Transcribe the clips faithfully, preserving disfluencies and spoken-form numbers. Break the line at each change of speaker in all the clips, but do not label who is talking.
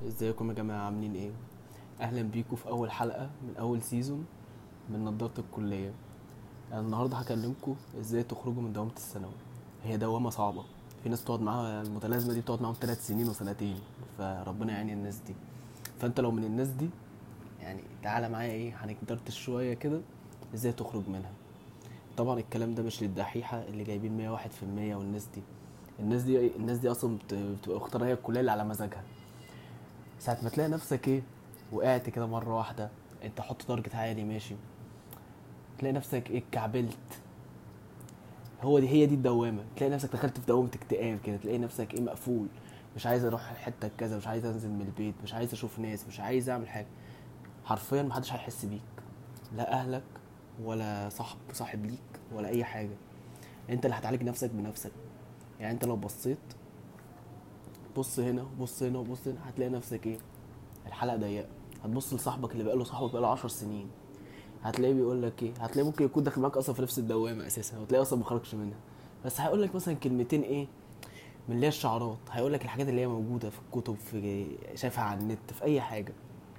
ازيكم يا جماعة عاملين ايه؟ اهلا بيكم في اول حلقة من اول سيزون من نضارة الكلية. انا النهاردة هكلمكم ازاي تخرجوا من دوامة الثانوي. هي دوامة صعبة، في ناس تقعد معاها المتلازمة دي بتقعد معاهم ثلاث سنين وسنتين، فربنا يعين الناس دي. فانت لو من الناس دي يعني تعالى معايا ايه هنقدرتش شوية كده ازاي تخرج منها. طبعا الكلام ده مش للدحيحة اللي جايبين مية واحد في المية والناس دي. الناس دي الناس دي اصلا بت- بتبقى اختار هي الكلية اللي على مزاجها. ساعة ما تلاقي نفسك ايه وقعت كده مرة واحدة، انت حط تارجت عالي ماشي، تلاقي نفسك ايه اتكعبلت. هو دي هي دي الدوامة، تلاقي نفسك دخلت في دوامة اكتئاب كده، تلاقي نفسك ايه مقفول، مش عايز اروح الحتة كذا، مش عايز انزل من البيت، مش عايز اشوف ناس، مش عايز اعمل حاجة. حرفيا محدش هيحس بيك، لا اهلك ولا صاحب صاحب ليك ولا اي حاجة. انت اللي هتعالج نفسك بنفسك. يعني انت لو بصيت، بص هنا وبص هنا وبص هنا، هتلاقي نفسك ايه الحلقة ضيقة. هتبص لصاحبك اللي بقاله صاحبك بقاله عشر سنين، هتلاقيه بيقول لك ايه، هتلاقيه ممكن يكون داخل معاك اصلا في نفس الدوامه اساسا وتلاقيه اصلا ما خرجش منها. بس هيقول لك مثلا كلمتين ايه من اللي هي الشعارات، هيقول لك الحاجات اللي هي موجوده في الكتب، في شايفها على النت، في اي حاجه.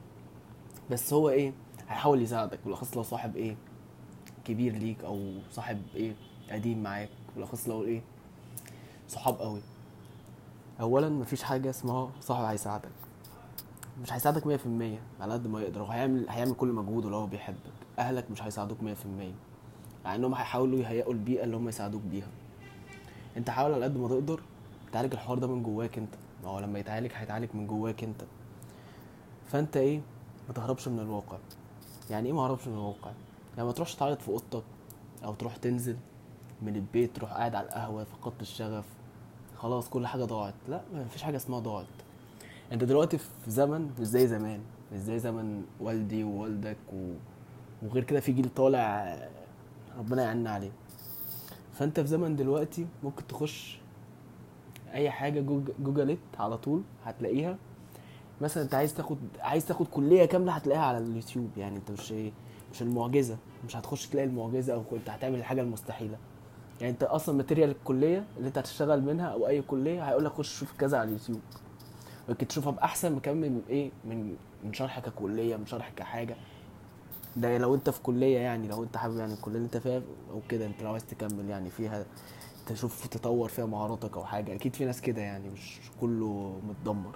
بس هو ايه هيحاول يساعدك، بالاخص لو صاحب ايه كبير ليك او صاحب ايه قديم معاك، بالاخص لو ايه صحاب قوي. اولا مفيش حاجه اسمها صاحب هيساعدك، مش هيساعدك مية في المية على قد ما يقدر، وهيعمل هيعمل كل مجهوده لو هو بيحبك. اهلك مش هيساعدوك مية في المية، مع انهم هيحاولوا يهيئوا البيئه اللي هم يساعدوك بيها. انت حاول على قد ما تقدر تعالج الحوار ده من جواك انت، ما هو لما يتعالج هيتعالج من جواك انت. فانت ايه ما تهربش من الواقع. يعني ايه ما هربش من الواقع؟ يعني ما تروحش تعيط في اوضتك، او تروح تنزل من البيت تروح قاعد على القهوه فقدت الشغف، خلاص كل حاجه ضاعت. لا، ما فيش حاجه اسمها ضاعت. انت دلوقتي في زمن مش زي زمان، مش زي زمن والدي ووالدك و... وغير كده في جيل طالع ربنا يعيننا عليه. فانت في زمن دلوقتي ممكن تخش اي حاجه جوج- جوجلت على طول هتلاقيها. مثلا انت عايز تاخد عايز تاخد كليه كامله هتلاقيها على اليوتيوب. يعني انت مش ايه مش المعجزه، مش هتخش تلاقي المعجزه او انت هتعمل الحاجه المستحيله. يعني انت اصلا ماتيريال الكليه اللي انت هتشتغل منها او اي كليه هيقول لك خش شوف كذا على اليوتيوب، ممكن تشوفها باحسن مكان من ايه من من شرح ككليه، من شرح كحاجه. ده لو انت في كليه، يعني لو انت حابب يعني الكليه اللي انت فيها او كده، انت لو عايز تكمل يعني فيها تشوف تطور فيها مهاراتك او حاجه، اكيد في ناس كده، يعني مش كله متدمر.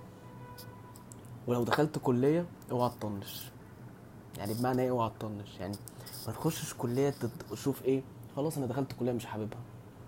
ولو دخلت كليه اوعى تطنش. يعني بمعنى ايه اوعى تطنش؟ يعني ما تخشش كليه تشوف ايه خلاص انا دخلت كليه مش حاببها،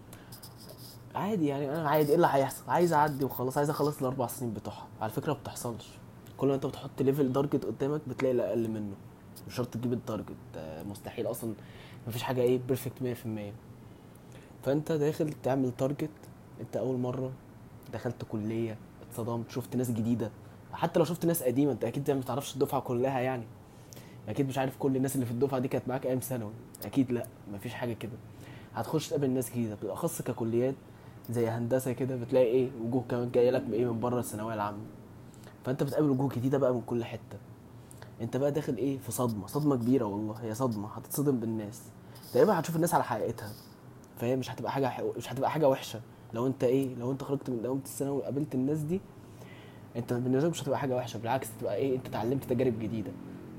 عادي. يعني انا عادي، ايه اللي هيحصل؟ عايز اعدي وخلاص، عايز اخلص الاربع سنين بتوعها. على فكره ما بتحصلش. كل ما انت بتحط ليفل تارجت قدامك بتلاقي الاقل منه، مش شرط تجيب التارجت، آه، مستحيل اصلا. مفيش حاجه ايه بيرفكت مية في المية. فانت داخل تعمل تارجت. انت اول مره دخلت كليه اتصدمت، شفت ناس جديده. حتى لو شفت ناس قديمه انت اكيد ما تعرفش الدفعه كلها، يعني اكيد مش عارف كل الناس اللي في الدفعه دي كانت معاك ايام ثانوي، اكيد لا، مفيش حاجه كده. هتخش تقابل ناس جديده، بالاخص ككليات زي هندسه كده بتلاقي ايه وجوه كمان جايه لك ايه من بره الثانويه العامه. فانت بتقابل وجوه جديده بقى من كل حته. انت بقى داخل ايه في صدمه صدمه كبيره، والله هي صدمه، هتتصدم بالناس. تقريبا هتشوف الناس على حقيقتها، فهي مش هتبقى حاجه مش هتبقى حاجه وحشه. لو انت ايه لو انت خرجت من دوامه الثانوي وقابلت الناس دي، انت بالنسبه لك مش هتبقى حاجه وحشه، بالعكس تبقى ايه انت اتعلمت تجارب جديده.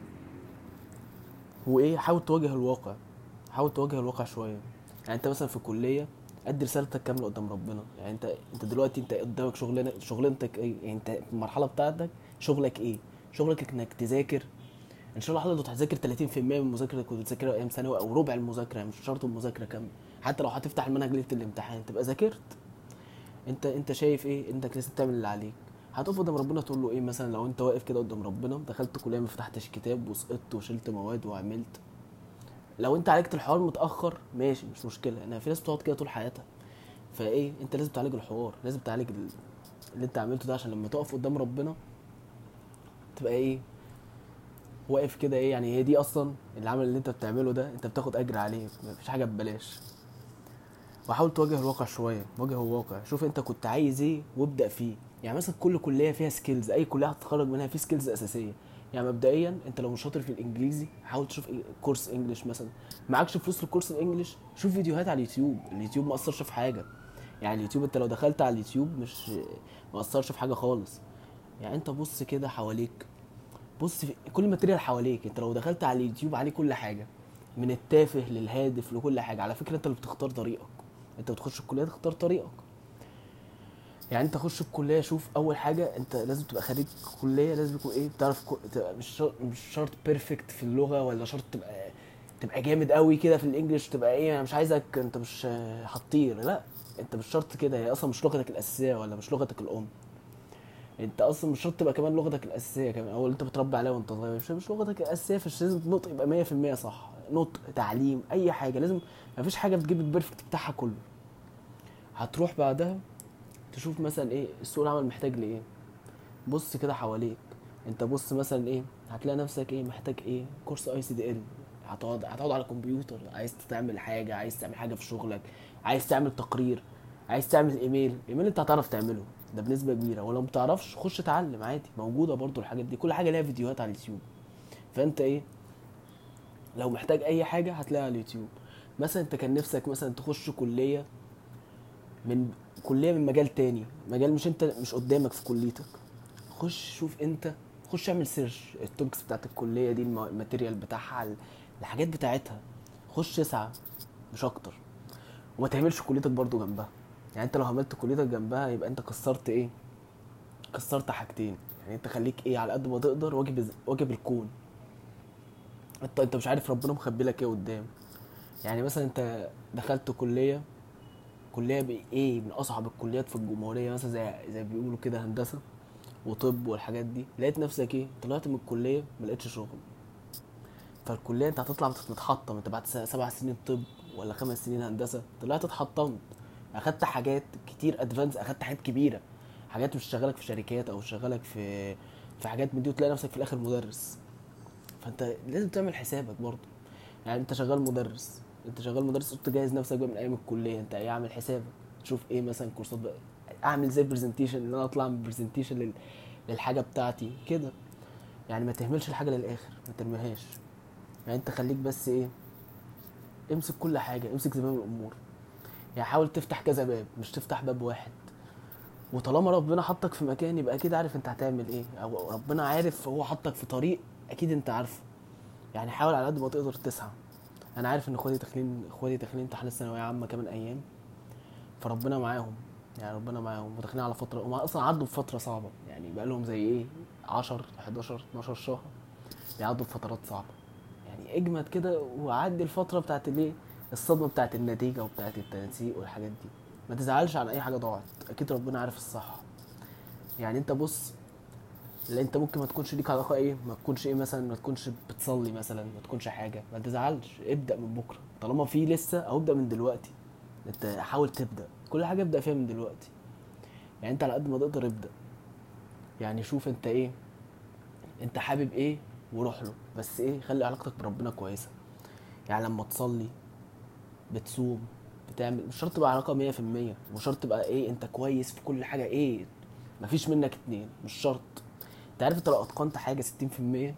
وايه حاول تواجه الواقع، حاول تواجه الواقع شويه. يعني انت مثلا في الكليه ادي رسالتك كامله قدام ربنا. يعني انت انت دلوقتي انت قدامك شغلانه، شغلانتك ايه؟ يعني انت في المرحله بتاعتك شغلك ايه؟ شغلك انك تذاكر. ان شاء الله حضرتك هتذاكر ثلاثين في المية من المذاكره اللي كنت بتذاكرها ايام ثانوي، او ربع المذاكره، مش شرط المذاكره كامله. حتى لو هتفتح المنهج ليله الامتحان تبقى ذاكرت. انت انت شايف ايه انك لازم تعمل اللي عليك. هتقف قدام ربنا تقول له ايه؟ مثلا لو انت واقف كده قدام ربنا دخلت كليه ما فتحتش كتاب وسقطت وشلت مواد وعملت، لو انت عالجت الحوار متاخر ماشي مش مشكله، انا في ناس بتقعد كده طول حياتها. فايه انت لازم تعالج الحوار، لازم تعالج ال- اللي انت عملته ده، عشان لما تقف قدام ربنا تبقى ايه واقف كده ايه. يعني هي دي اصلا العمل اللي انت بتعمله ده انت بتاخد اجر عليه، مفيش حاجه ببلاش. وحاول تواجه الواقع شويه، واجه الواقع، شوف انت كنت عايز ايه وابدا فيه. يعني مثلا كل كليه فيها سكيلز، اي كليه هتتخرج منها في سكيلز اساسيه. يعني مبدئيا انت لو مش شاطر في الانجليزي حاول تشوف إيه- كورس انجليش مثلا. معكش فلوس للكورس الانجليش شوف فيديوهات على اليوتيوب، اليوتيوب ما اثرش في حاجه. يعني اليوتيوب انت لو دخلت على اليوتيوب مش ما اثرش في حاجه خالص. يعني انت بص كده حواليك، بص في كل الماتيريال حواليك. انت لو دخلت على اليوتيوب عليه كل حاجه، من التافه للهادف لكل حاجه. على فكره انت اللي بتختار طريقك، انت بتخش الكليه تختار طريقك. يعني انت خش الكليه، شوف اول حاجه انت لازم تبقى خريج كليه، لازم يكون ايه، بتعرف كو... تبقى مش شرط مش شرط بيرفكت في اللغه، ولا شرط تبقى تبقى جامد قوي كده في الانجليش، تبقى ايه، انا مش عايزك انت مش هتطير، لا. انت مش شرط كده، هي اصلا مش لغتك الاساسيه ولا مش لغتك الام. انت اصلا مش شرط تبقى كمان لغتك الاساسيه كمان، او اللي انت بتربي عليها وانت صغير، مش مش لغتك الاساسيه، فمش لازم النطق يبقى مية في المية صح. نطق، تعليم، اي حاجه لازم. مفيش حاجه بتجيب البيرفكت بتاعها كله. هتروح بعدها تشوف مثلا ايه السوق العمل محتاج لايه. بص كده حواليك، انت بص مثلا ايه، هتلاقي نفسك ايه محتاج ايه، كورس اي سي دي ال. هتقعد هتقعد على الكمبيوتر، عايز تعمل حاجه، عايز تعمل حاجه في شغلك، عايز تعمل تقرير، عايز تعمل ايميل. ايميل انت هتعرف تعمله ده بنسبه كبيره، ولو متعرفش خش اتعلم عادي، موجوده برضو الحاجات دي، كل حاجه ليها فيديوهات على اليوتيوب. فانت ايه، لو محتاج اي حاجه هتلاقيها على اليوتيوب. مثلا انت كان نفسك مثلا تخش كليه من كليه من مجال تاني، مجال مش انت مش قدامك في كليتك، خش شوف انت، خش اعمل سيرش التوبكس بتاعت الكليه دي، الم- الماتيريال بتاعها، ال- الحاجات بتاعتها. خش اسعى، مش اكتر. وما تعملش كليتك برضو جنبها. يعني انت لو عملت كليتك جنبها يبقى انت كسرت ايه، كسرت حاجتين. يعني انت خليك ايه على قد ما تقدر واجب واجب الكون. انت انت مش عارف ربنا مخبي لك ايه قدام. يعني مثلا انت دخلت كليه، كليه بايه من اصعب الكليات في الجمهوريه، مثلا زي زي بيقولوا كده هندسه وطب والحاجات دي، لقيت نفسك ايه، طلعت من الكليه ما لقيتش شغل. فالكليه انت هتطلع متحطم، انت بعد سبع سنين طب ولا خمس سنين هندسه طلعت اتحطمت. اخدت حاجات كتير ادفانس، اخدت حاجات كبيره، حاجات مش شغالك في شركات او شغالك في في حاجات من دي، وتلاقي نفسك في الاخر مدرس. فانت لازم تعمل حسابك برضه. يعني انت شغال مدرس، انت شغال مدرس، قلت جاهز نفسك بقى من ايام الكليه، انت ايه، اعمل حسابك تشوف ايه مثلا كورسات بقى، اعمل زي برزنتيشن، ان انا اطلع من برزنتيشن لل... للحاجه بتاعتي كده. يعني ما تهملش الحاجه للاخر، ما ترميهاش. يعني انت خليك بس ايه، امسك كل حاجه، امسك زمام الامور. يعني حاول تفتح كذا باب، مش تفتح باب واحد. وطالما ربنا حطك في مكان يبقى اكيد عارف انت هتعمل ايه، او ربنا عارف هو حطك في طريق اكيد انت عارفه. يعني حاول على قد ما تقدر تسعى. انا عارف ان اخواتي داخلين اخواتي داخلين امتحان الثانويه عامه كمان ايام، فربنا معاهم. يعني ربنا معاهم وداخلين على فتره، هم اصلا عدوا بفتره صعبه، يعني بقى لهم زي ايه عشرة حداشر اتناشر شهر بيعدوا بفترات صعبه. يعني اجمد كده وعدي الفتره بتاعت الايه، الصدمه بتاعت النتيجه وبتاعت التنسيق والحاجات دي. ما تزعلش على اي حاجه ضاعت، اكيد ربنا عارف الصح. يعني انت بص، لا انت ممكن ما تكونش ليك علاقه ايه، ما تكونش ايه مثلا، ما تكونش بتصلي مثلا، ما تكونش حاجه، ما تزعلش، ابدا من بكره طالما في لسه، او ابدا من دلوقتي. انت حاول تبدا كل حاجه، ابدا فيها من دلوقتي. يعني انت على قد ما تقدر ابدا. يعني شوف انت ايه، انت حابب ايه وروح له، بس ايه، خلي علاقتك بربنا كويسه. يعني لما تصلي، بتصوم، بتعمل، مش شرط تبقى علاقه مية في المية، مش شرط تبقى ايه انت كويس في كل حاجه ايه، مفيش منك اتنين، مش شرط. انت عارف انت لو اتقنت حاجه ستين في المية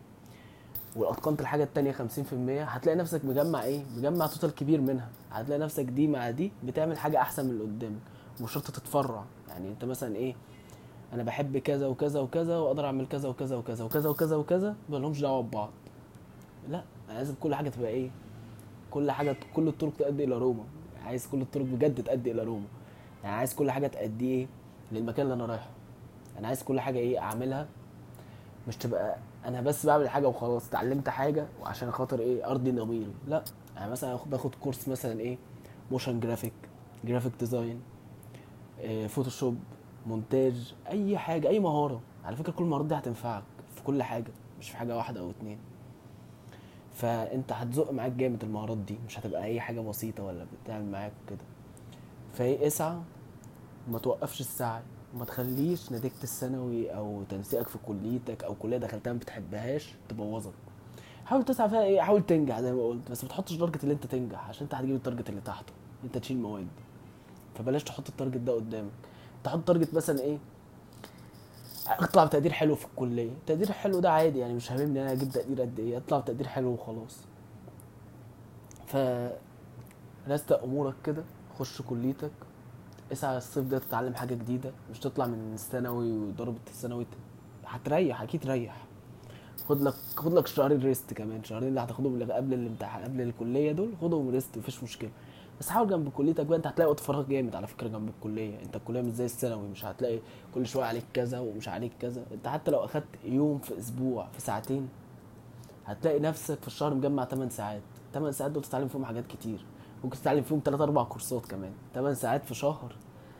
واتقنت الحاجه التانية خمسين في المية، هتلاقي نفسك مجمع ايه، مجمع توتال كبير منها. هتلاقي نفسك دي مع دي بتعمل حاجه احسن من اللي قدامك. مش شرط تتفرع. يعني انت مثلا ايه، انا بحب كذا وكذا وكذا، واقدر اعمل كذا وكذا وكذا وكذا وكذا وكذا، ما لهمش دعوه ببعض. لا، لازم كل حاجه تبقى ايه، كل حاجه، كل الطرق تؤدي الى روما. عايز كل الطرق بجد تؤدي الى روما. يعني عايز كل حاجه تؤدي ايه، للمكان اللي انا رايحه. انا عايز كل حاجه ايه اعملها، مش تبقى انا بس بعمل حاجه وخلاص، اتعلمت حاجه وعشان خاطر ايه ارضي ضميري، لا. يعني مثلا آخد- باخد كورس مثلا ايه، موشن جرافيك، جرافيك ديزاين، إيه، فوتوشوب، مونتاج، اي حاجه، اي مهاره. على فكره كل المهارات دي هتنفعك في كل حاجه، مش في حاجه واحده او اتنين. فانت هتزق معاك جامد المهارات دي، مش هتبقى اي حاجه بسيطه ولا بتعمل معاك كده. فايه، اسعى وما توقفش السعي. وما تخليش نتيجة الثانوي او تنسيقك في كليتك او كلية دخلتها ما بتحبهاش تبوظك. حاول تسعى فيها ايه، حاول تنجح زي ما قلت، بس ما تحطش تارجت اللي انت تنجح، عشان انت هتجيب التارجت اللي تحته، انت تشيل مواد. فبلاش تحط التارجت ده قدامك. تحط تارجت مثلا ايه، اطلع بتقدير حلو في الكليه. التقدير حلو ده عادي، يعني مش هاممني انا اجيب تقدير قد ايه، اطلع بتقدير حلو وخلاص. ف رستق امورك كده، خش كليتك، اسعى الصيف ده تتعلم حاجه جديده، مش تطلع من الثانوي وضربة الثانوي هتريح اكيد ريح. خد لك خد لك شهرين ريست كمان، شهرين اللي هتاخدهم اللي قبل الامتحان قبل الكليه دول خدهم ريست مفيش مشكله. بس حاول جنب كليتك بقى، انت هتلاقي وقت فراغ جامد على فكره جنب الكليه. انت الكليه مش زي الثانوي، مش هتلاقي كل شويه عليك كذا ومش عليك كذا. انت حتى لو اخدت يوم في اسبوع في ساعتين هتلاقي نفسك في الشهر مجمع ثماني ساعات. ثماني ساعات دول تتعلم فيهم حاجات كتير، ممكن تتعلم فيهم ثلاثة أربعة كورسات كمان. ثماني ساعات في شهر،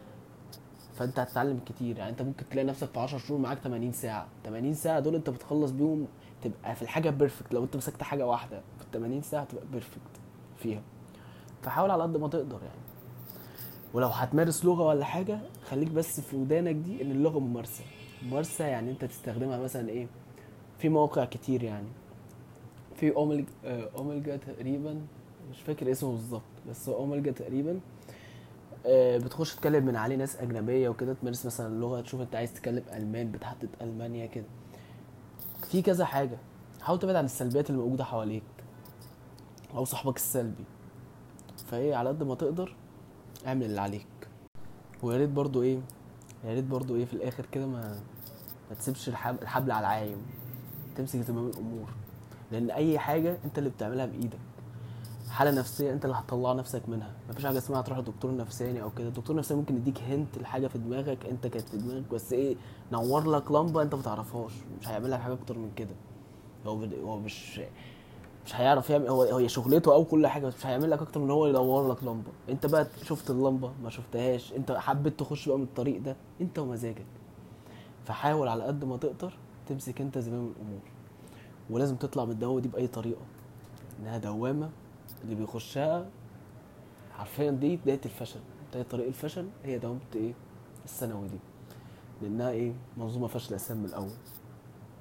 فانت هتتعلم كتير. يعني انت ممكن تلاقي نفسك في عشر شهور معاك ثمانين ساعه. ثمانين ساعه دول انت بتخلص بيهم، تبقى في الحاجه بيرفكت. لو انت مسكت حاجه واحده في ال ثمانين ساعه تبقى بيرفكت فيها. فحاول على قد ما تقدر يعني. ولو هتمارس لغه ولا حاجه خليك بس في ودانك دي ان اللغه ممارسه. ممارسه يعني انت تستخدمها مثلا ايه في مواقع كتير. يعني في اوميجا اوميجا تقريبا، مش فاكر اسمه بالظبط، بس هو اوميجا تقريبا. آه، بتخش تكلم من عليه ناس اجنبيه وكده، تمارس مثلا اللغه، تشوف انت عايز تتكلم المان بتحدد المانيا كده. في كذا حاجه. حاول تبعد عن السلبيات اللي موجوده حواليك او صاحبك السلبي. فايه على قد ما تقدر اعمل اللي عليك. ويا ريت برضو ايه يا ريت برضو ايه في الاخر كده ما ما تسيبش الحبل, الحبل على العايم، تمسك زمام الامور. لان اي حاجه انت اللي بتعملها بايدك. حاله نفسيه انت اللي هتطلع نفسك منها. مفيش حاجه اسمها تروح لدكتور نفساني او كده. الدكتور النفساني ممكن يديك هنت لحاجه في دماغك انت كانت في دماغك، بس ايه نور لك لمبه انت ما تعرفهاش. مش هيعمل لك حاجه اكتر من كده. هو بد... هو مش مش هيعرف يعمل. هو هي شغلته او كل حاجه، بس مش هيعمل لك اكتر من هو يدور لك لمبه. انت بقى شفت اللمبه ما شفتهاش، انت حبيت تخش بقى من الطريق ده، انت ومزاجك. فحاول على قد ما تقدر تمسك انت زمام الامور. ولازم تطلع من الدوامه دي باي طريقه، انها دوامه اللي بيخشها حرفيا دي بدايه الفشل. بدايه طريق الفشل هي دوامه ايه الثانوي دي. لانها ايه منظومه فاشله اساسا من الاول.